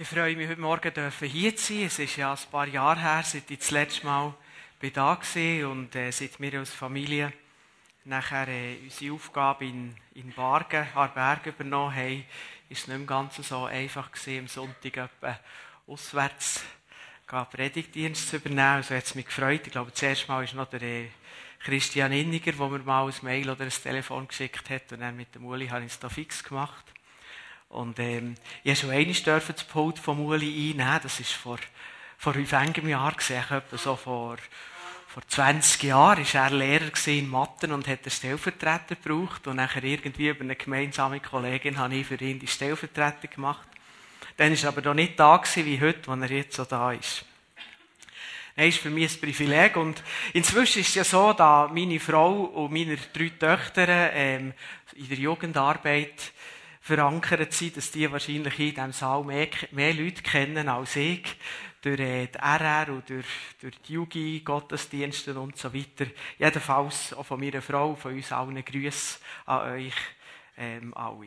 Ich freue mich, heute Morgen hier zu sein. Es ist ja ein paar Jahre her, seit ich das letzte Mal da war und seit wir als Familie nachher unsere Aufgabe in Bargen, Aarberg übernommen haben, ist es nicht mehr ganz so einfach gewesen, am Sonntag etwa auswärts Predigtdienst zu übernehmen. Also hat es mich gefreut. Ich glaube, das erste Mal ist noch der Christian Inniger, der mir mal ein Mail oder ein Telefon geschickt hat, und dann mit dem Uli habe ich es da fix gemacht. Und ich durfte schon einmal das Pult vom Uli einnehmen. Das war vor einigen Jahren. Etwa so vor 20 Jahren war er Lehrer in Mathe und hat einen Stellvertreter gebraucht. Und nachher irgendwie über eine gemeinsame Kollegin habe ich für ihn die Stellvertretung gemacht. Dann war er aber noch nicht da wie heute, wo er jetzt so da ist. Das ist für mich ein Privileg. Und inzwischen ist es ja so, da meine Frau und meine 3 Töchter in der Jugendarbeit verankert sind, dass die wahrscheinlich in diesem Saal mehr Leute kennen als ich, durch die RR und durch die Jugi, Gottesdienste und so weiter. Jedenfalls auch von meiner Frau, von uns allen Grüße an euch alle.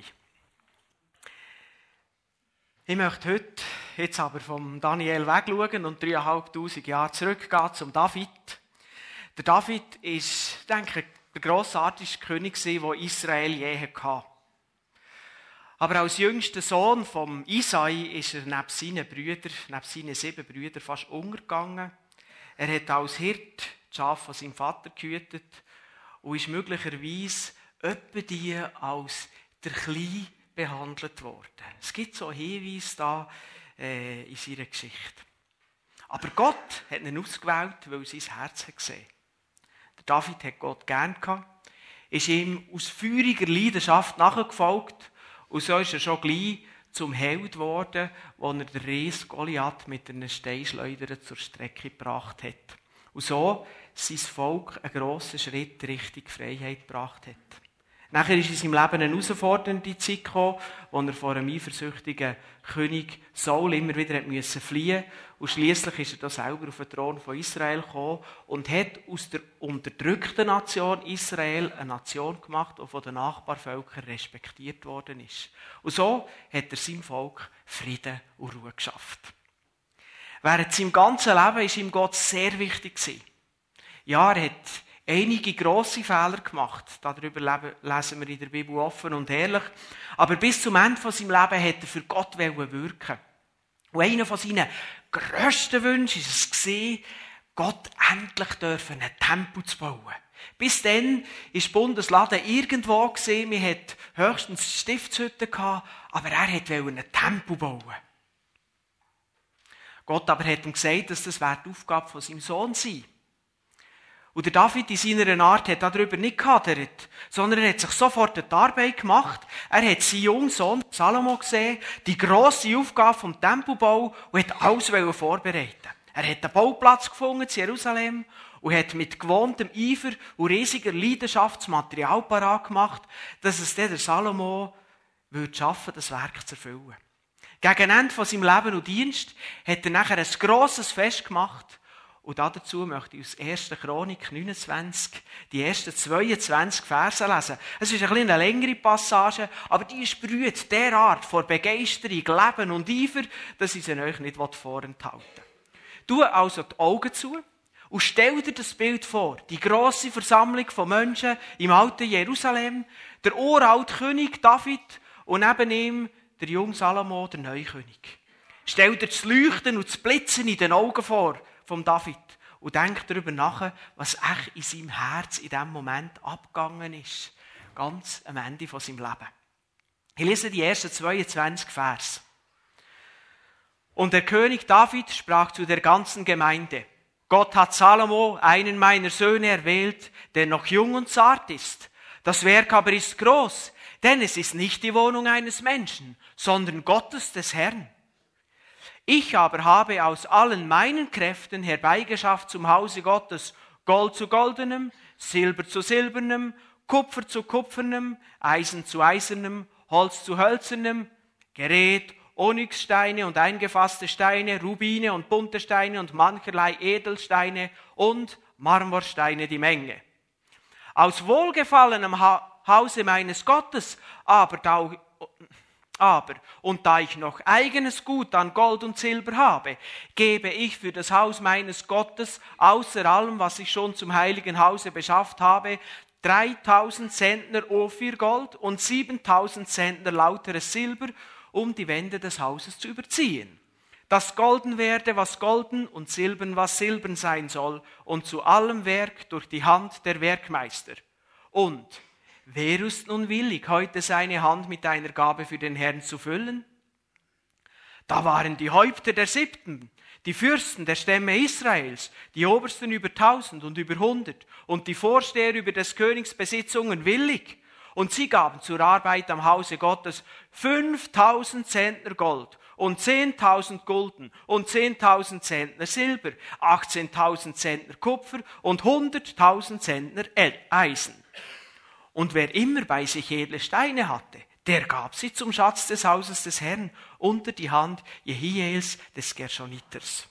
Ich möchte heute jetzt aber vom Daniel wegschauen und 3'500 Jahre zurückgehen zum David. Der David ist, denke ich, der grossartigste König, den Israel je hatte. Aber als jüngster Sohn vom Isai ist er neben seinen 7 Brüdern fast untergegangen. Er hat als Hirt die Schafe von seinem Vater gehütet und ist möglicherweise etwa die als der Kleine behandelt worden. Es gibt so Hinweise da in seiner Geschichte. Aber Gott hat ihn ausgewählt, weil er sein Herz hat gesehen. Der David hat Gott gern gehabt, ist ihm aus feuriger Leidenschaft nachgefolgt. Und so ist er schon gleich zum Held geworden, wo er den Riesen Goliath mit einer Steinschleuder zur Strecke gebracht hat. Und so sein Volk einen grossen Schritt Richtung Freiheit gebracht hat. Nachher ist in seinem Leben eine herausfordernde Zeit gekommen, wo er vor einem eifersüchtigen König Saul immer wieder fliehen musste. Und schliesslich ist er da selber auf den Thron von Israel gekommen und hat aus der unterdrückten Nation Israel eine Nation gemacht, die von den Nachbarvölkern respektiert worden ist. Und so hat er seinem Volk Frieden und Ruhe geschafft. Während seinem ganzen Leben war ihm Gott sehr wichtig gewesen. Ja, er hat einige grosse Fehler gemacht. Darüber lesen wir in der Bibel offen und ehrlich. Aber bis zum Ende von seinem Leben hat er für Gott wirken. Und einer von seinen grössten Wünschen war es, Gott endlich einen Tempel zu bauen. Bis dann war das Bundesladen irgendwo, man hatte höchstens Stiftshütten, aber er wollte einen Tempel bauen. Gott aber hat ihm gesagt, dass das die Aufgabe von seinem Sohn sei. Und der David in seiner Art hat darüber nicht gehadert, sondern er hat sich sofort die Arbeit gemacht. Er hat seinen jungen Sohn Salomo gesehen, die grosse Aufgabe vom Tempelbau, und hat alles vorbereiten. Er hat einen Bauplatz gefunden in Jerusalem und hat mit gewohntem Eifer und riesiger Leidenschaft das Material parat gemacht, dass es der Salomo schaffen würde, das Werk zu erfüllen. Gegen Ende von seinem Leben und Dienst hat er nachher ein grosses Fest gemacht. Und dazu möchte ich aus 1. Chronik 29 die ersten 22 Verse lesen. Es ist eine längere Passage, aber die sprüht derart vor Begeisterung, Leben und Eifer, dass ich sie euch nicht vorenthalten will. Tu also die Augen zu und stell dir das Bild vor. Die grosse Versammlung von Menschen im alten Jerusalem, der uralte König David und neben ihm der junge Salomo, der neue König. Stell dir das Leuchten und das Blitzen in den Augen vor vom David und denk darüber nach, was echt in seinem Herz in diesem Moment abgegangen ist. Ganz am Ende von seinem Leben. Ich lese die ersten 22 Vers. Und der König David sprach zu der ganzen Gemeinde: Gott hat Salomo, einen meiner Söhne, erwählt, der noch jung und zart ist. Das Werk aber ist groß, denn es ist nicht die Wohnung eines Menschen, sondern Gottes des Herrn. Ich aber habe aus allen meinen Kräften herbeigeschafft zum Hause Gottes Gold zu goldenem, Silber zu silbernem, Kupfer zu kupfernem, Eisen zu eisernem, Holz zu hölzernem, Gerät, Onyxsteine und eingefasste Steine, Rubine und bunte Steine und mancherlei Edelsteine und Marmorsteine die Menge. Aus wohlgefallenem Hause meines Gottes aber Aber, und da ich noch eigenes Gut an Gold und Silber habe, gebe ich für das Haus meines Gottes, außer allem, was ich schon zum heiligen Hause beschafft habe, 3000 Zentner Ophirgold und 7000 Zentner lauteres Silber, um die Wände des Hauses zu überziehen. Dass golden werde, was golden, und silbern, was silbern sein soll, und zu allem Werk durch die Hand der Werkmeister. Und wer ist nun willig, heute seine Hand mit einer Gabe für den Herrn zu füllen? Da waren die Häupter der Siebten, die Fürsten der Stämme Israels, die Obersten über 1000 und über 100 und die Vorsteher über des Königs Besitzungen willig. Und sie gaben zur Arbeit am Hause Gottes 5000 Zentner Gold und 10.000 Gulden und 10.000 Zentner Silber, 18.000 Zentner Kupfer und 100.000 Zentner Eisen. Und wer immer bei sich edle Steine hatte, der gab sie zum Schatz des Hauses des Herrn unter die Hand Jehiels des Gershoniters.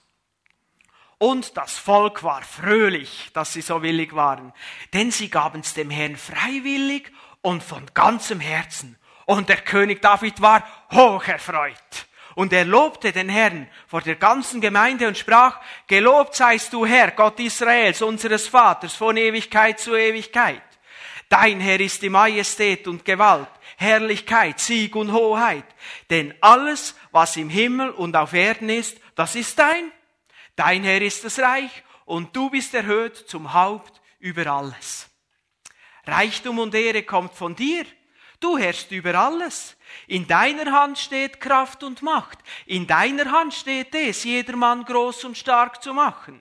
Und das Volk war fröhlich, dass sie so willig waren, denn sie gaben's dem Herrn freiwillig und von ganzem Herzen. Und der König David war hoch erfreut. Und er lobte den Herrn vor der ganzen Gemeinde und sprach, gelobt seist du, Herr, Gott Israels, unseres Vaters, von Ewigkeit zu Ewigkeit. Dein Herr ist die Majestät und Gewalt, Herrlichkeit, Sieg und Hoheit. Denn alles, was im Himmel und auf Erden ist, das ist dein. Dein Herr ist das Reich und du bist erhöht zum Haupt über alles. Reichtum und Ehre kommt von dir. Du herrschst über alles. In deiner Hand steht Kraft und Macht. In deiner Hand steht es, jedermann groß und stark zu machen.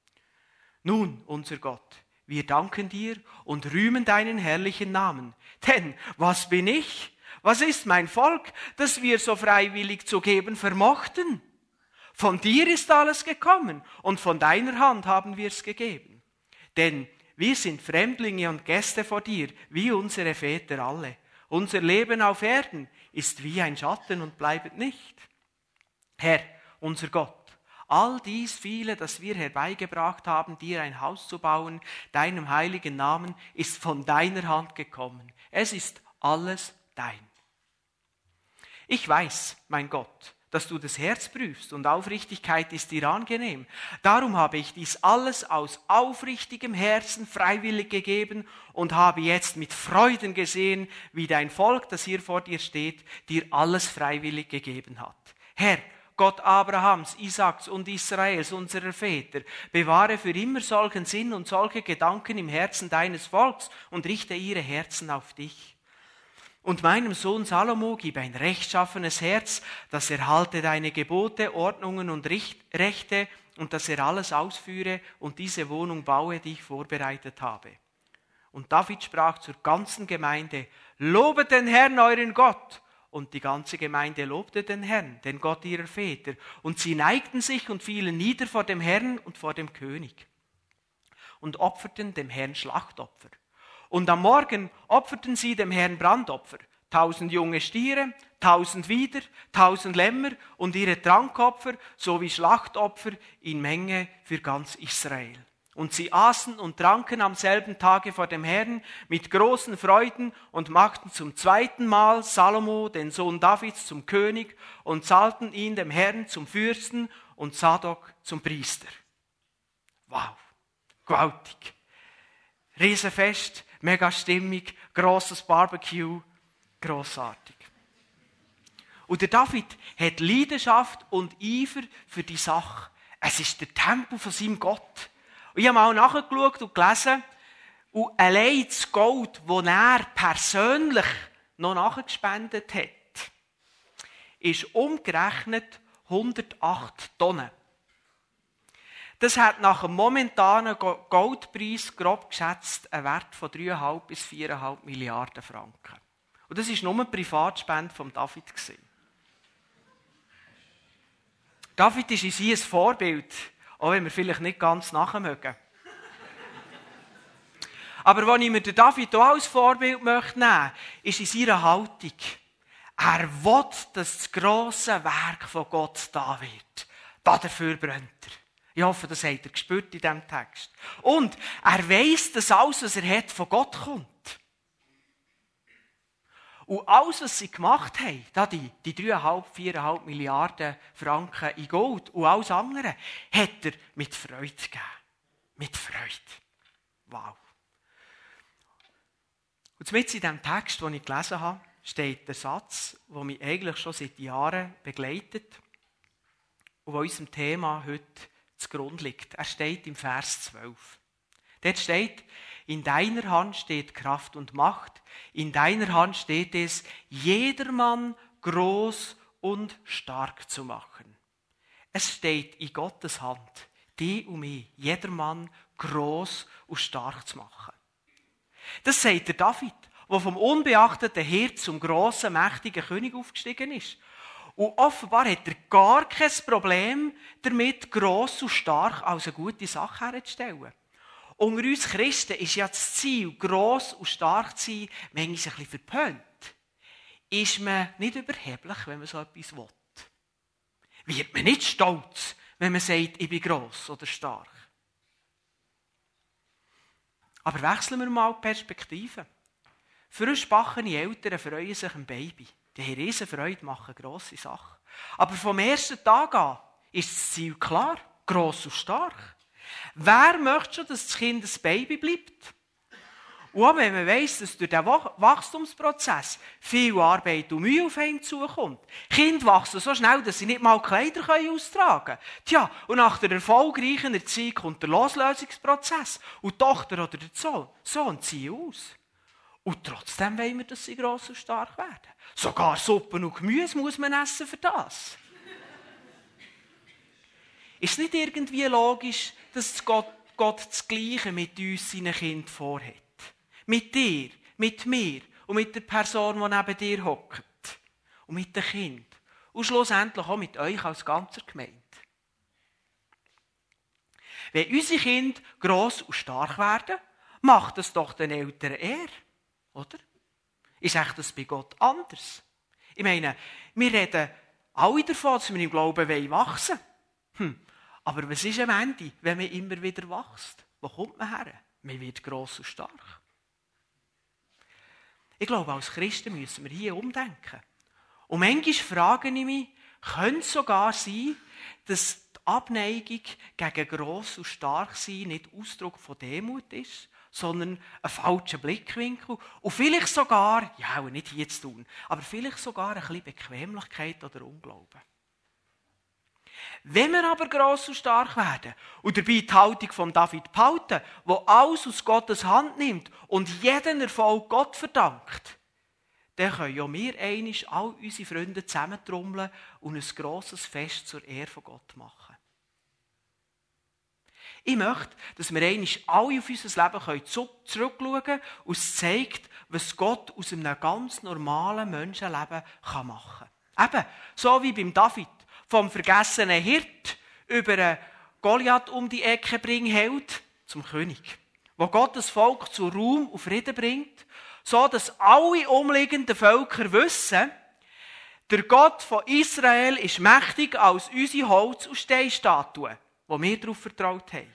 Nun, unser Gott, wir danken dir und rühmen deinen herrlichen Namen. Denn was bin ich? Was ist mein Volk, dass wir so freiwillig zu geben vermochten? Von dir ist alles gekommen und von deiner Hand haben wir es gegeben. Denn wir sind Fremdlinge und Gäste vor dir, wie unsere Väter alle. Unser Leben auf Erden ist wie ein Schatten und bleibet nicht. Herr, unser Gott, all dies viele, das wir herbeigebracht haben, dir ein Haus zu bauen, deinem heiligen Namen, ist von deiner Hand gekommen. Es ist alles dein. Ich weiß, mein Gott, dass du das Herz prüfst und Aufrichtigkeit ist dir angenehm. Darum habe ich dies alles aus aufrichtigem Herzen freiwillig gegeben und habe jetzt mit Freuden gesehen, wie dein Volk, das hier vor dir steht, dir alles freiwillig gegeben hat. Herr, Gott Abrahams, Isaaks und Israels, unserer Väter, bewahre für immer solchen Sinn und solche Gedanken im Herzen deines Volks und richte ihre Herzen auf dich. Und meinem Sohn Salomo gib ein rechtschaffenes Herz, dass er halte deine Gebote, Ordnungen und Rechte und dass er alles ausführe und diese Wohnung baue, die ich vorbereitet habe. Und David sprach zur ganzen Gemeinde, lobet den Herrn, euren Gott. Und die ganze Gemeinde lobte den Herrn, den Gott ihrer Väter. Und sie neigten sich und fielen nieder vor dem Herrn und vor dem König und opferten dem Herrn Schlachtopfer. Und am Morgen opferten sie dem Herrn Brandopfer, 1000 junge Stiere, 1000 Widder, 1000 Lämmer und ihre Trankopfer sowie Schlachtopfer in Menge für ganz Israel. Und sie aßen und tranken am selben Tage vor dem Herrn mit großen Freuden und machten zum zweiten Mal Salomo, den Sohn Davids, zum König und salbten ihn dem Herrn zum Fürsten und Sadok zum Priester. Wow, gewaltig. Riesenfest, mega stimmig, grosses Barbecue, grossartig. Und der David hat Leidenschaft und Eifer für die Sache. Es ist der Tempel von seinem Gott. Und ich habe mal nachgeschaut und gelesen, und allein das Gold, das er persönlich noch nachgespendet hat, ist umgerechnet 108 Tonnen. Das hat nach dem momentanen Goldpreis grob geschätzt einen Wert von 3,5 bis 4,5 Milliarden Franken. Und das war nur eine Privatspende von David. David ist in sich ein Vorbild, auch wenn wir vielleicht nicht ganz nachmögen. Aber was ich mir den David auch als Vorbild nehmen möchte, ist in seiner Haltung. Er will, dass das grosse Werk von Gott da wird. Dafür brennt er. Ich hoffe, das habt ihr gespürt in diesem Text. Und er weiss, dass alles, was er hat, von Gott kommt. Und alles, was sie gemacht haben, da die 4,5 Milliarden Franken in Gold und alles andere, hat er mit Freude gegeben. Mit Freude. Wow. Und mit in diesem Text, den ich gelesen habe, steht der Satz, der mich eigentlich schon seit Jahren begleitet und der unserem Thema heute zugrunde liegt. Er steht im Vers 12. Dort steht, in deiner Hand steht Kraft und Macht, in deiner Hand steht es, jedermann groß und stark zu machen. Es steht in Gottes Hand, die und mich, jedermann groß und stark zu machen. Das sagt der David, der vom unbeachteten Hirt zum grossen, mächtigen König aufgestiegen ist. Und offenbar hat er gar kein Problem damit, gross und stark als eine gute Sache herzustellen. Unter uns Christen ist ja das Ziel, gross und stark zu sein, manchmal ein bisschen verpönt. Ist man nicht überheblich, wenn man so etwas will? Wird man nicht stolz, wenn man sagt, ich bin gross oder stark? Aber wechseln wir mal die Perspektive. Frischbackene Eltern freuen sich am Baby. Die haben riesen Freude, machen grosse Sachen. Aber vom ersten Tag an ist das Ziel klar, gross und stark. Wer möchte schon, dass das Kind ein Baby bleibt? Und auch wenn man weiss, dass durch den Wachstumsprozess viel Arbeit und Mühe auf einen zukommt. Kinder wachsen so schnell, dass sie nicht mal Kleider austragen können. Tja, und nach der erfolgreichen Erziehung kommt der Loslösungsprozess. Und die Tochter oder der Sohn ziehen aus. Und trotzdem wollen wir, dass sie gross und stark werden. Sogar Suppen und Gemüse muss man essen für das. Ist es nicht irgendwie logisch, dass Gott das Gleiche mit uns, seinen Kindern, vorhat? Mit dir, mit mir und mit der Person, die neben dir hockt. Und mit dem Kind. Und schlussendlich auch mit euch als ganzer Gemeinde. Wenn unsere Kinder gross und stark werden, macht es doch den Eltern eher. Oder? Ist echt das bei Gott anders? Ich meine, wir reden alle davon, dass wir im Glauben wachsen wollen. Aber was ist am Ende, wenn man immer wieder wächst? Wo kommt man her? Man wird gross und stark. Ich glaube, als Christen müssen wir hier umdenken. Und manchmal frage ich mich, könnte es sogar sein, dass die Abneigung gegen gross und stark sein nicht Ausdruck von Demut ist, sondern ein falscher Blickwinkel und vielleicht sogar, ja, nicht hier zu tun, aber vielleicht sogar ein bisschen Bequemlichkeit oder Unglauben. Wenn wir aber gross und stark werden und dabei die Haltung von David behalten, der alles aus Gottes Hand nimmt und jeden Erfolg Gott verdankt, dann können ja wir einmal all unsere Freunde zusammentrommeln und ein grosses Fest zur Ehre von Gott machen. Ich möchte, dass wir einmal alle auf unser Leben zurückschauen können und es zeigt, was Gott aus einem ganz normalen Menschenleben machen kann. Eben, so wie beim David, vom vergessenen Hirt über einen Goliath um die Ecke bringen Held zum König. Wo Gott das Volk zu Ruhm und Frieden bringt, so dass alle umliegenden Völker wissen, der Gott von Israel ist mächtiger als unsere Holz- und Steinstatuen, wo wir darauf vertraut haben.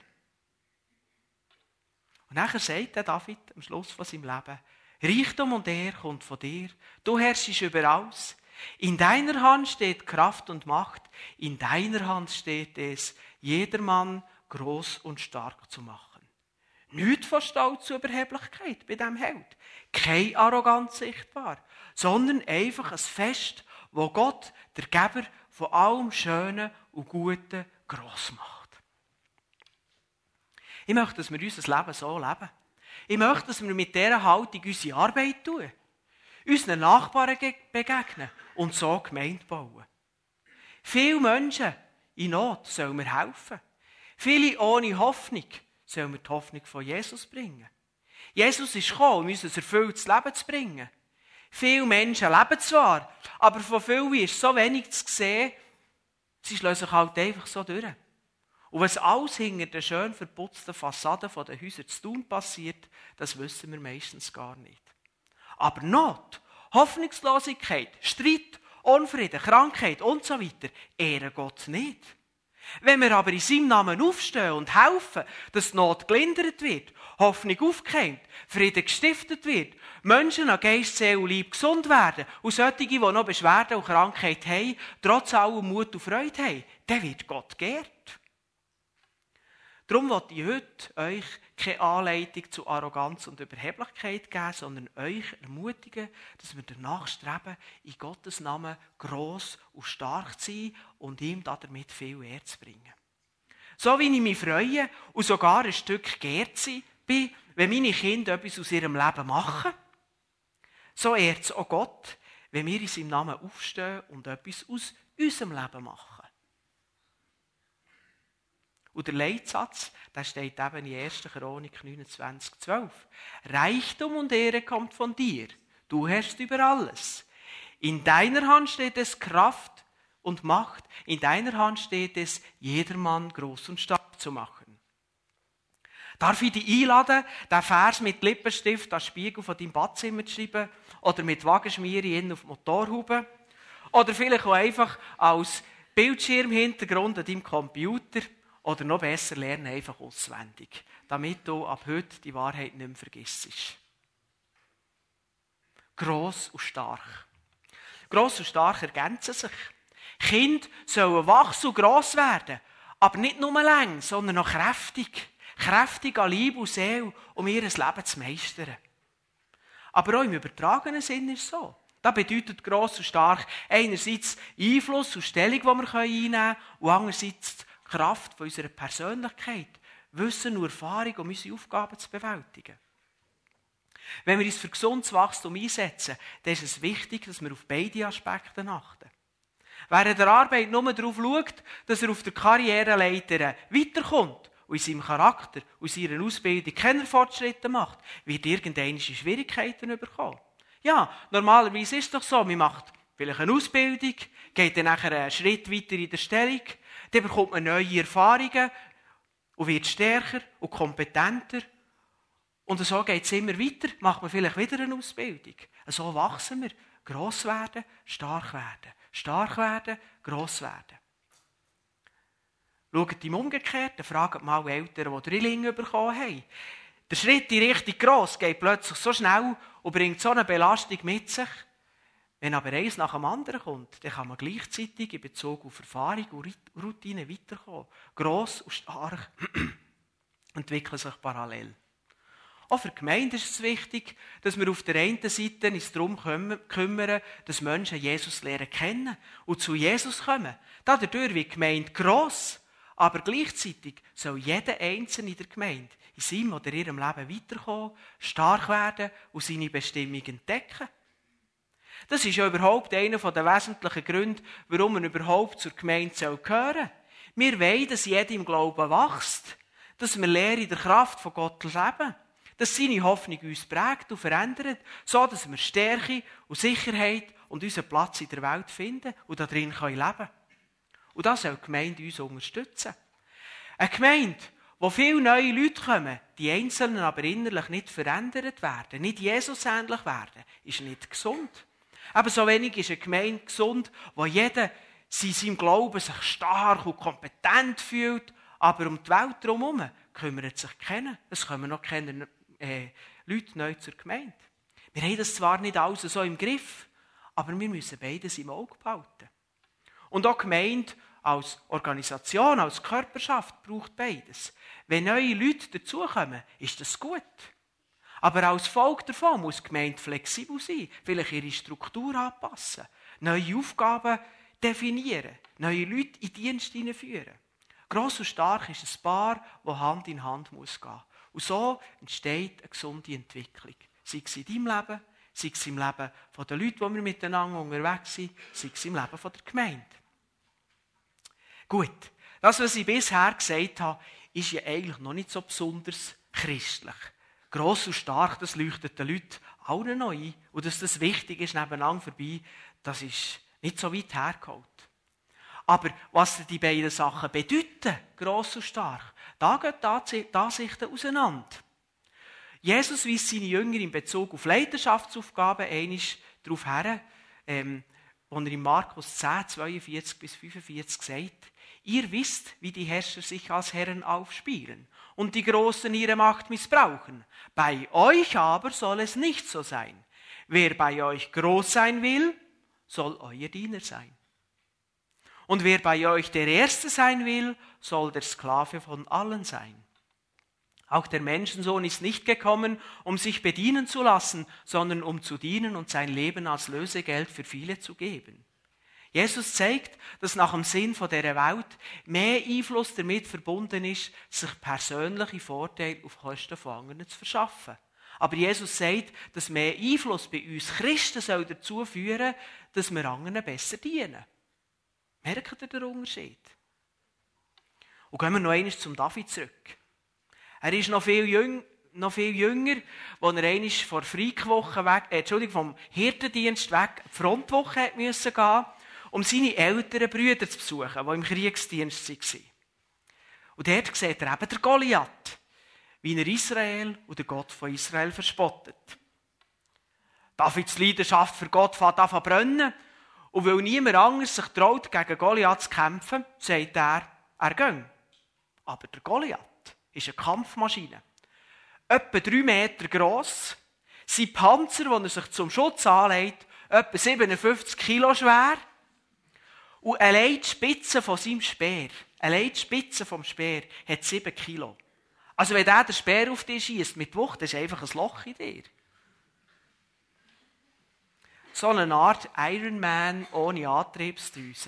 Und nachher sagt der David am Schluss von seinem Leben, Reichtum und Ehre kommt von dir, du herrschst über alles. In deiner Hand steht Kraft und Macht, in deiner Hand steht es, jedermann gross und stark zu machen. Nicht von Stolz und Überheblichkeit bei diesem Held, keine Arroganz sichtbar, sondern einfach ein Fest, wo Gott, der Geber von allem Schönen und Guten, gross macht. Ich möchte, dass wir unser Leben so leben. Ich möchte, dass wir mit dieser Haltung unsere Arbeit tun. Unseren Nachbarn begegnen und so Gemeinde bauen. Viele Menschen in Not sollen wir helfen. Viele ohne Hoffnung sollen wir die Hoffnung von Jesus bringen. Jesus ist gekommen, um uns ein erfülltes Leben zu bringen. Viele Menschen leben zwar, aber von vielen ist so wenig zu sehen, sie schlagen sich halt einfach so durch. Und was alles hinter den schön verputzten Fassaden der Häuser zu tun passiert, das wissen wir meistens gar nicht. Aber Not, Hoffnungslosigkeit, Streit, Unfrieden, Krankheit und so weiter ehren Gott nicht. Wenn wir aber in seinem Namen aufstehen und helfen, dass die Not gelindert wird, Hoffnung aufgehängt, Frieden gestiftet wird, Menschen an Geist, Seele und Leib gesund werden und solche, die noch Beschwerden und Krankheit haben, trotz allem Mut und Freude haben, dann wird Gott geehrt. Darum will ich heute euch keine Anleitung zu Arroganz und Überheblichkeit geben, sondern euch ermutigen, dass wir danach streben, in Gottes Namen gross und stark zu sein und ihm damit viel Ehre zu bringen. So wie ich mich freue und sogar ein Stück geehrt bin, wenn meine Kinder etwas aus ihrem Leben machen, so ehrt es auch Gott, wenn wir in seinem Namen aufstehen und etwas aus unserem Leben machen. Und der Leitsatz, der steht eben in 1. Chronik 29,12. Reichtum und Ehre kommt von dir. Du herrschst über alles. In deiner Hand steht es Kraft und Macht. In deiner Hand steht es, jedermann groß und stark zu machen. Darf ich dich einladen, den Vers mit Lippenstift an den Spiegel von deinem Badzimmer zu schreiben oder mit Wagenschmiere auf die Motorhaube oder vielleicht auch einfach als Bildschirmhintergrund an deinem Computer. Oder noch besser, lernen einfach auswendig, damit du ab heute die Wahrheit nicht mehr vergisst. Gross und stark. Gross und stark ergänzen sich. Kinder sollen wachsen und gross werden, aber nicht nur lang, sondern auch kräftig. Kräftig an Leib und Seele, um ihr Leben zu meistern. Aber auch im übertragenen Sinn ist es so. Das bedeutet gross und stark einerseits Einfluss und Stellung, die wir einnehmen können, und andererseits Kraft von unserer Persönlichkeit, Wissen und Erfahrung, um unsere Aufgaben zu bewältigen. Wenn wir uns für gesundes Wachstum einsetzen, dann ist es wichtig, dass wir auf beide Aspekte achten. Wer in der Arbeit nur darauf schaut, dass er auf der Karriereleiter weiterkommt und in seinem Charakter und seiner Ausbildung keine Fortschritte macht, wird irgendwann Schwierigkeiten bekommen. Ja, normalerweise ist es doch so, man macht vielleicht eine Ausbildung, geht dann nachher einen Schritt weiter in der Stellung, dann bekommt man neue Erfahrungen und wird stärker und kompetenter. Und so geht es immer weiter, macht man vielleicht wieder eine Ausbildung. So wachsen wir, gross werden, stark werden, gross werden. Schaut im Umgekehrten, fragt mal Eltern, die Drillinge bekommen haben. Der Schritt in Richtung gross geht plötzlich so schnell und bringt so eine Belastung mit sich. Wenn aber eins nach dem anderen kommt, dann kann man gleichzeitig in Bezug auf Erfahrung und Routine weiterkommen. Gross und stark entwickeln sich parallel. Auch für die Gemeinde ist es wichtig, dass wir auf der einen Seite uns darum kümmern, dass Menschen Jesus lernen kennen und zu Jesus kommen. Dadurch wird die Gemeinde gross, aber gleichzeitig soll jeder Einzelne in der Gemeinde in seinem oder ihrem Leben weiterkommen, stark werden und seine Bestimmung entdecken. Das ist ja überhaupt einer der wesentlichen Gründe, warum man überhaupt zur Gemeinde gehören soll. Wir wollen, dass jeder im Glauben wächst, dass wir lernen, in der Kraft von Gott zu leben, dass seine Hoffnung uns prägt und verändert, so dass wir Stärke und Sicherheit und unseren Platz in der Welt finden und darin leben können. Und das soll die Gemeinde uns unterstützen. Eine Gemeinde, wo viele neue Leute kommen, die Einzelnen aber innerlich nicht verändert werden, nicht Jesus-ähnlich werden, ist nicht gesund. Ebenso wenig ist eine Gemeinde gesund, wo jeder in seinem Glauben sich stark und kompetent fühlt, aber um die Welt drumherum kümmert sich keiner. Es kommen noch keine Leute neu zur Gemeinde. Wir haben das zwar nicht alles so im Griff, aber wir müssen beides im Auge behalten. Und auch die Gemeinde als Organisation, als Körperschaft braucht beides. Wenn neue Leute dazukommen, ist das gut. Aber als Folge davon muss die Gemeinde flexibel sein, vielleicht ihre Struktur anpassen, neue Aufgaben definieren, neue Leute in Dienst hineinführen. Gross und stark ist ein Paar, das Hand in Hand muss gehen. Und so entsteht eine gesunde Entwicklung. Sei es in deinem Leben, sei es im Leben der Leute, die wir miteinander unterwegs sind, sei es im Leben der Gemeinde. Gut, das, was ich bisher gesagt habe, ist ja eigentlich noch nicht so besonders christlich. Gross und stark, das leuchtet den Leuten allen noch ein. Und dass das wichtig ist, nebeneinander vorbei, das ist nicht so weit hergeholt. Aber was die beiden Sachen bedeuten, gross und stark, da gehen die Ansichten auseinander. Jesus weist seine Jünger in Bezug auf Leiterschaftsaufgaben einmal darauf her, wo er in Markus 10, 42 bis 45 sagt, ihr wisst, wie die Herrscher sich als Herren aufspielen und die Großen ihre Macht missbrauchen. Bei euch aber soll es nicht so sein. Wer bei euch groß sein will, soll euer Diener sein. Und wer bei euch der Erste sein will, soll der Sklave von allen sein. Auch der Menschensohn ist nicht gekommen, um sich bedienen zu lassen, sondern um zu dienen und sein Leben als Lösegeld für viele zu geben. Jesus zeigt, dass nach dem Sinn von dieser Welt mehr Einfluss damit verbunden ist, sich persönliche Vorteile auf Kosten von anderen zu verschaffen. Aber Jesus sagt, dass mehr Einfluss bei uns Christen soll dazu führen, dass wir anderen besser dienen. Merkt ihr den Unterschied? Und gehen wir noch einmal zum David zurück. Er ist noch viel jünger, als er einmal vor Freikwoche vom Hirtendienst weg die Frontwoche musste gehen, um seine älteren Brüder zu besuchen, die im Kriegsdienst waren. Und dort sieht er eben den Goliath, wie er Israel und den Gott von Israel verspottet. Davids Leidenschaft für Gott fängt an zu brennen. Und weil niemand anders sich traut, gegen Goliath zu kämpfen, sagt er gehe. Aber der Goliath ist eine Kampfmaschine. Etwa 3 Meter gross. Sein Panzer, den er sich zum Schutz anlegt, etwa 57 Kilo schwer. Und allein die Spitze von seinem Speer, hat 7 Kilo. Also wenn der den Speer auf dich schiesst mit Wucht, ist einfach ein Loch in dir. So eine Art Iron Man ohne Antriebsdrüse.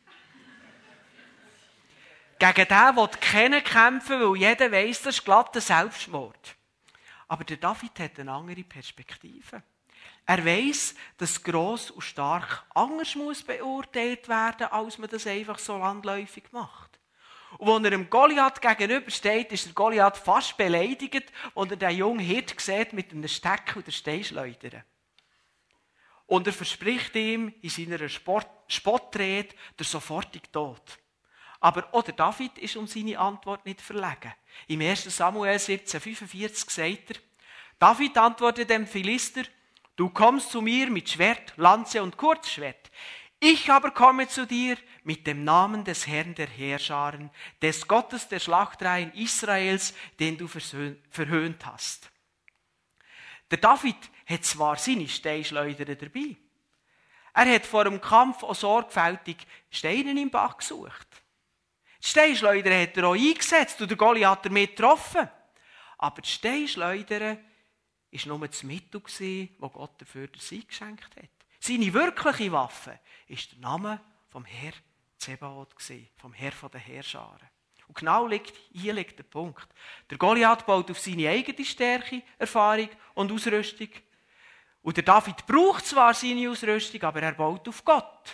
Gegen den will keiner kämpfen, weil jeder weiss, das ist glatter Selbstmord. Aber der David hat eine andere Perspektive. Er weiss, dass gross und stark anders muss beurteilt werden, als man das einfach so landläufig macht. Und als er dem Goliath gegenübersteht, ist der Goliath fast beleidigt, als er den jungen Hirt sieht mit einem Steck und der Steinschleudern. Und er verspricht ihm in seiner Spottrede den sofortigen Tod. Aber auch der David ist um seine Antwort nicht verlegen. Im 1. Samuel 17,45 sagt er, David antwortet dem Philister, du kommst zu mir mit Schwert, Lanze und Kurzschwert. Ich aber komme zu dir mit dem Namen des Herrn der Heerscharen, des Gottes der Schlachtreihen Israels, den du verhöhnt hast. Der David hat zwar seine Steinschleuder dabei. Er hat vor dem Kampf auch sorgfältig Steine im Bach gesucht. Die Steinschleuder hat er auch eingesetzt und der Goliath damit getroffen. Aber die Steinschleuder war nur das Mittel, das Gott dafür den Sieg geschenkt hat. Seine wirkliche Waffe war der Name vom Herr Zebaoth, vom Herr der Heerscharen. Und genau hier liegt der Punkt. Der Goliath baut auf seine eigene Stärke, Erfahrung und Ausrüstung. Und der David braucht zwar seine Ausrüstung, aber er baut auf Gott.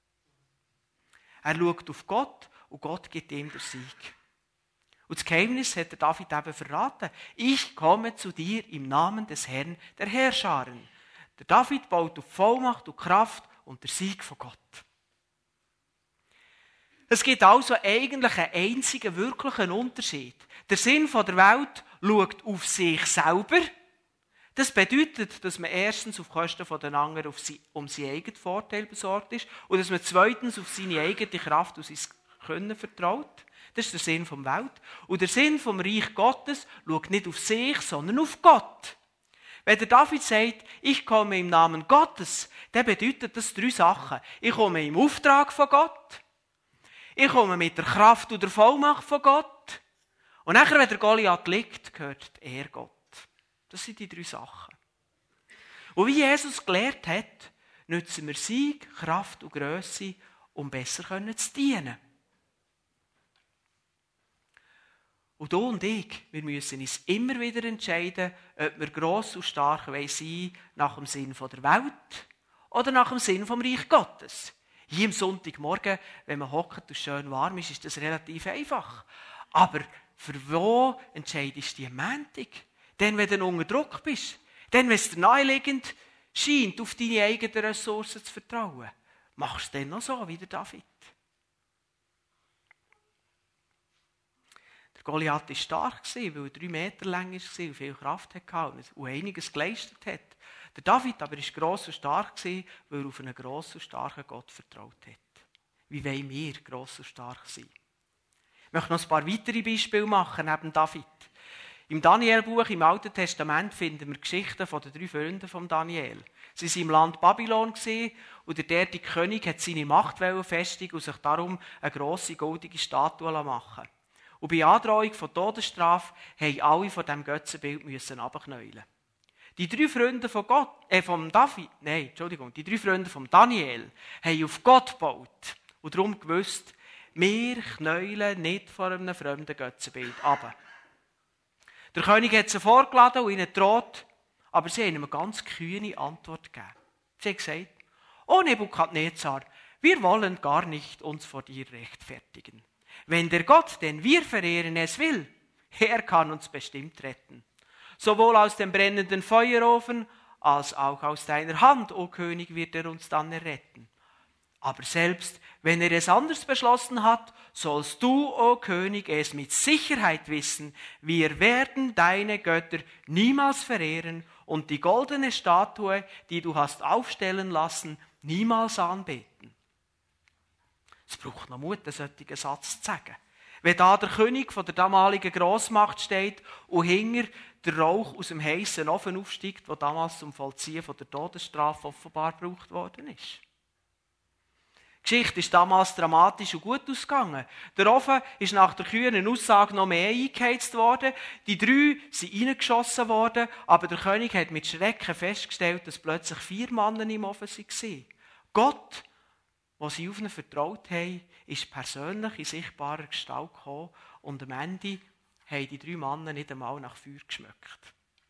Er schaut auf Gott und Gott gibt ihm den Sieg. Und das Geheimnis hat der David eben verraten. Ich komme zu dir im Namen des Herrn der Heerscharen. Der David baut auf Vollmacht und Kraft und der Sieg von Gott. Es gibt also eigentlich einen einzigen wirklichen Unterschied. Der Sinn der Welt schaut auf sich selber. Das bedeutet, dass man erstens auf Kosten der anderen um seinen eigenen Vorteil besorgt ist und dass man zweitens auf seine eigene Kraft und sein Können vertraut. Das ist der Sinn der Welt. Und der Sinn vom Reich Gottes schaut nicht auf sich, sondern auf Gott. Wenn der David sagt, ich komme im Namen Gottes, dann bedeutet das 3 Sachen. Ich komme im Auftrag von Gott. Ich komme mit der Kraft und der Vollmacht von Gott. Und nachher, wenn der Goliath liegt, gehört er Gott. Das sind die 3 Sachen. Und wie Jesus gelehrt hat, nutzen wir Sieg, Kraft und Grösse, um besser zu dienen. Und du und ich, wir müssen uns immer wieder entscheiden, ob wir gross und stark sein wollen, nach dem Sinn der Welt oder nach dem Sinn vom Reich Gottes. Hier am Sonntagmorgen, wenn man hockt und es schön warm ist, ist das relativ einfach. Aber für wo entscheidest du die am Montag? Dann, wenn du unter Druck bist. Dann, wenn es dir naheliegend scheint, auf deine eigenen Ressourcen zu vertrauen. Machst du dann noch so wie der David? Der Goliath war stark, weil er 3 Meter lang war und viel Kraft hatte und einiges geleistet hat. Der David aber war gross und stark, weil er auf einen grossen und starken Gott vertraut hat. Wie wollen wir gross und stark sein? Ich möchte noch ein paar weitere Beispiele machen neben David. Im Daniel-Buch im Alten Testament finden wir Geschichten von den 3 Freunden von Daniel. Sie waren im Land Babylon und der dortige König hat seine Macht festigen und sich darum eine grosse goldige Statue machen. Und bei Androhung von Todesstrafe mussten alle von diesem Götzenbild herabknäulen. Die 3 Freunde die 3 Freunde von Daniel haben auf Gott gebaut und darum gewusst, wir knäulen nicht vor einem fremden Götzenbild runter. Der König hat sie vorgeladen und ihnen droht, aber sie haben ihm eine ganz kühne Antwort gegeben. Sie haben gesagt, «O Nebukadnezar, wir wollen gar nicht uns vor dir rechtfertigen. Wenn der Gott, den wir verehren, es will, er kann uns bestimmt retten. Sowohl aus dem brennenden Feuerofen als auch aus deiner Hand, o König, wird er uns dann erretten. Aber selbst wenn er es anders beschlossen hat, sollst du, o König, es mit Sicherheit wissen, wir werden deine Götter niemals verehren und die goldene Statue, die du hast aufstellen lassen, niemals anbeten.» Es braucht noch Mut, einen solchen Satz zu sagen. Wenn da der König von der damaligen Grossmacht steht und hinter der Rauch aus dem heissen Ofen aufsteigt, der damals zum Vollziehen von der Todesstrafe offenbar gebraucht worden ist. Die Geschichte ist damals dramatisch und gut ausgegangen. Der Ofen ist nach der kühnen Aussage noch mehr eingeheizt worden. Die 3 sind reingeschossen worden, aber der König hat mit Schrecken festgestellt, dass plötzlich 4 Männer im Ofen waren. Gott, der sie auf ihn vertraut haben, ist persönlich in sichtbarer Gestalt gekommen und am Ende haben die 3 Männer nicht einmal nach Feuer geschmeckt.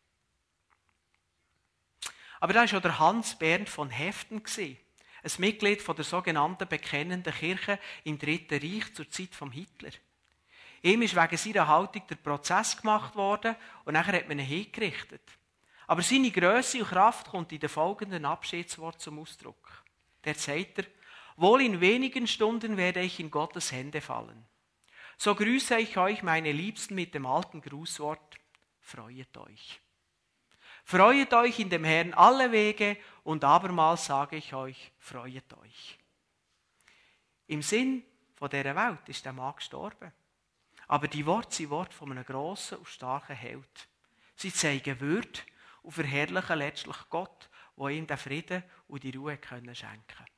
Aber da war auch der Hans Bernd von Heften, ein Mitglied von der sogenannten Bekennenden Kirche im Dritten Reich zur Zeit von Hitler. Ihm ist wegen seiner Haltung der Prozess gemacht worden und nachher hat man ihn hingerichtet. Aber seine Grösse und Kraft kommt in den folgenden Abschiedsworten zum Ausdruck. Dort sagt er, «Wohl in wenigen Stunden werde ich in Gottes Hände fallen. So grüße ich euch, meine Liebsten, mit dem alten Grußwort, freuet euch. Freuet euch in dem Herrn alle Wege und abermals sage ich euch, freuet euch.» Im Sinn von dieser Welt ist der Mann gestorben. Aber die Worte sind Worte von einem grossen und starken Held. Sie zeigen Würde und verherrlichen letztlich Gott, der ihm den Frieden und die Ruhe schenken konnte.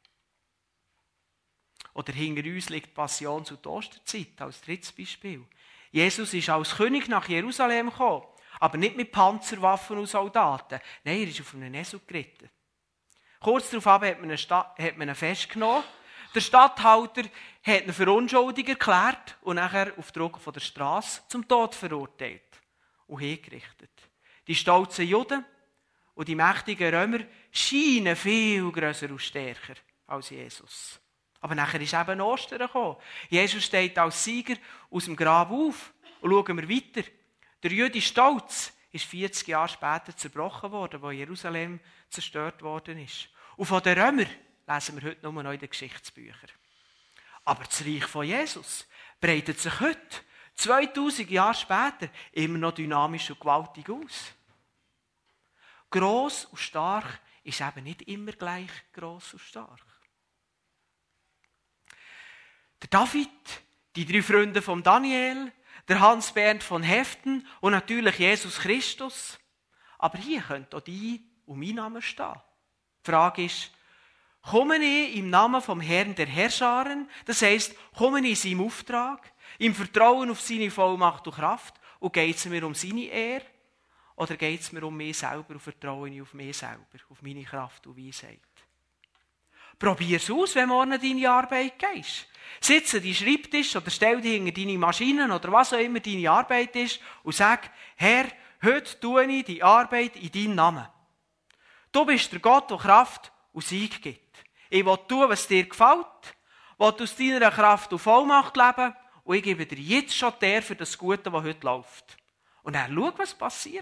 Oder hinter uns liegt die Passions- und die Osterzeit als drittes Beispiel. Jesus ist als König nach Jerusalem gekommen, aber nicht mit Panzerwaffen und Soldaten. Nein, er ist auf einen Esel geritten. Kurz darauf hat man ihn festgenommen. Der Statthalter hat ihn für unschuldig erklärt und nachher auf Druck von der Straße zum Tod verurteilt und hingerichtet. Die stolzen Juden und die mächtigen Römer scheinen viel grösser und stärker als Jesus. Aber nachher ist eben Ostern gekommen. Jesus steht als Sieger aus dem Grab auf. Und schauen wir weiter. Der jüdische Stolz ist 40 Jahre später zerbrochen worden, wo Jerusalem zerstört worden ist. Und von den Römern lesen wir heute nur noch in den Geschichtsbüchern. Aber das Reich von Jesus breitet sich heute, 2000 Jahre später, immer noch dynamisch und gewaltig aus. Gross und stark ist eben nicht immer gleich gross und stark. Der David, die 3 Freunde von Daniel, der Hans Bernd von Heften und natürlich Jesus Christus. Aber hier könnte auch die und mein Name stehen. Die Frage ist, komme ich im Namen vom Herrn der Herrscharen, das heisst, komme ich in seinem Auftrag, im Vertrauen auf seine Vollmacht und Kraft, und geht es mir um seine Ehre, oder geht es mir um mich selber und vertraue ich auf mich selber, auf meine Kraft und Weisheit? Probier es aus, wenn morgen an deine Arbeit gehst. Sitz an deinem Schreibtisch oder stell dich hinter deine Maschinen oder was auch immer deine Arbeit ist und sag, Herr, heute tue ich die Arbeit in deinem Namen. Du bist der Gott, der Kraft und Sieg gibt. Ich will tun, was dir gefällt, will aus deiner Kraft und Vollmacht leben und ich gebe dir jetzt schon die Ehre für das Gute, was heute läuft. Und dann schau, was passiert.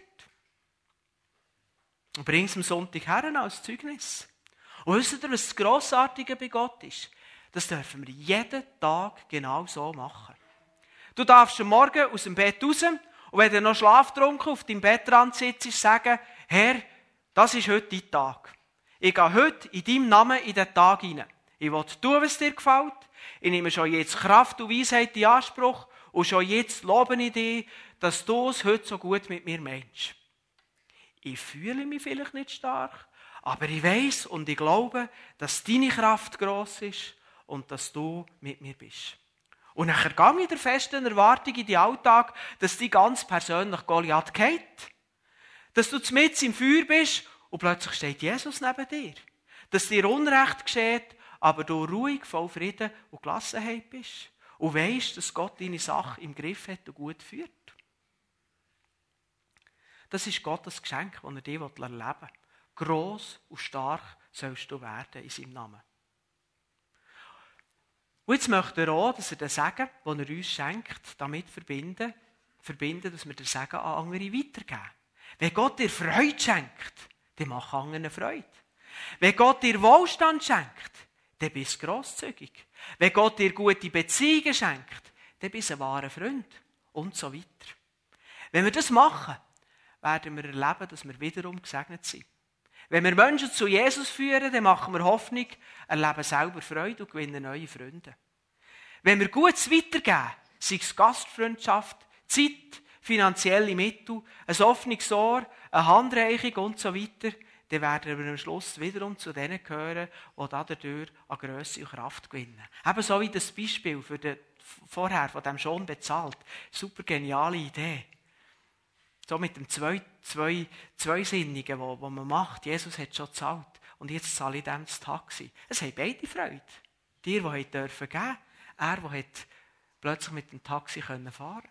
Und bring es am Sonntag her als Zeugnis. Und wisst ihr, was das Grossartige bei Gott ist? Das dürfen wir jeden Tag genau so machen. Du darfst am Morgen aus dem Bett raus und wenn du noch schlaftrunken auf deinem Bettrand sitzt, sagen, Herr, das ist heute dein Tag. Ich gehe heute in deinem Namen in den Tag hinein. Ich will tun, was dir gefällt. Ich nehme schon jetzt Kraft und Weisheit in Anspruch. Und schon jetzt lobe ich dich, dass du es heute so gut mit mir meinst. Ich fühle mich vielleicht nicht stark, aber ich weiss und ich glaube, dass deine Kraft gross ist und dass du mit mir bist. Und nachher gehe ich in der festen Erwartung in den Alltag, dass die ganz persönlich Goliath geht. Dass du mitten im Feuer bist und plötzlich steht Jesus neben dir. Dass dir Unrecht geschieht, aber du ruhig, voll Frieden und Gelassenheit bist. Und weisst, dass Gott deine Sache im Griff hat und gut führt. Das ist Gottes Geschenk, das er dir erleben will. Gross und stark sollst du werden in seinem Namen. Und jetzt möchte er auch, dass er den Segen, den er uns schenkt, damit verbinden, dass wir den Segen an andere weitergeben. Wenn Gott dir Freude schenkt, dann mach anderen Freude. Wenn Gott dir Wohlstand schenkt, dann bist du grosszügig. Wenn Gott dir gute Beziehungen schenkt, dann bist du ein wahrer Freund. Und so weiter. Wenn wir das machen, werden wir erleben, dass wir wiederum gesegnet sind. Wenn wir Menschen zu Jesus führen, dann machen wir Hoffnung, erleben selber Freude und gewinnen neue Freunde. Wenn wir Gutes weitergeben, sei es Gastfreundschaft, Zeit, finanzielle Mittel, ein offenes Ohr, eine Handreichung und so weiter, dann werden wir am Schluss wiederum zu denen gehören, die dadurch an Grösse und Kraft gewinnen. Ebenso wie das Beispiel vorher von dem schon bezahlt. Super geniale Idee. So mit dem Zweisinnigen, wo man macht. Jesus hat schon gezahlt. Und jetzt zahle ich dem das Taxi. Es haben beide Freude. Die dürfen geben. Er, der plötzlich mit dem Taxi fahren konnte.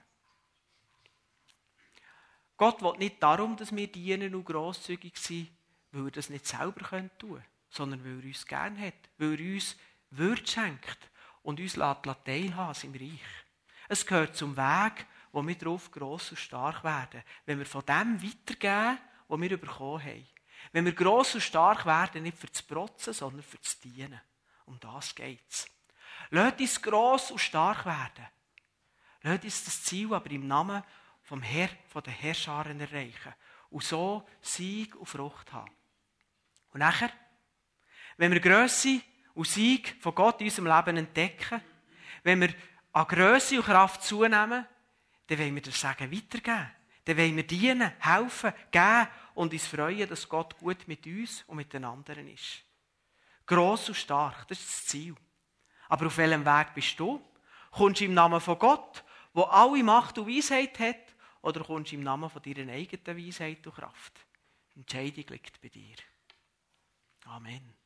Gott will nicht darum, dass wir dienen und grosszügig sind, weil er das nicht selber tun können, sondern weil er uns gern hat, weil er uns Würde schenkt und uns teilhaben an seinem Reich. Es gehört zum Weg, wo wir darauf gross und stark werden, wenn wir von dem weitergeben, was wir bekommen haben. Wenn wir gross und stark werden, nicht für das Protzen, sondern für das Dienen. Um das geht es. Lasst uns gross und stark werden. Lasst uns das Ziel aber im Namen vom Herr, von den Herrscharen erreichen. Und so Sieg und Frucht haben. Und nachher, wenn wir Grösse und Sieg von Gott in unserem Leben entdecken, wenn wir an Grösse und Kraft zunehmen, dann wollen wir das Segen weitergeben. Dann wollen wir dienen, helfen, geben und uns freuen, dass Gott gut mit uns und mit den anderen ist. Gross und stark, das ist das Ziel. Aber auf welchem Weg bist du? Kommst du im Namen von Gott, der alle Macht und Weisheit hat, oder kommst du im Namen von deiner eigenen Weisheit und Kraft? Die Entscheidung liegt bei dir. Amen.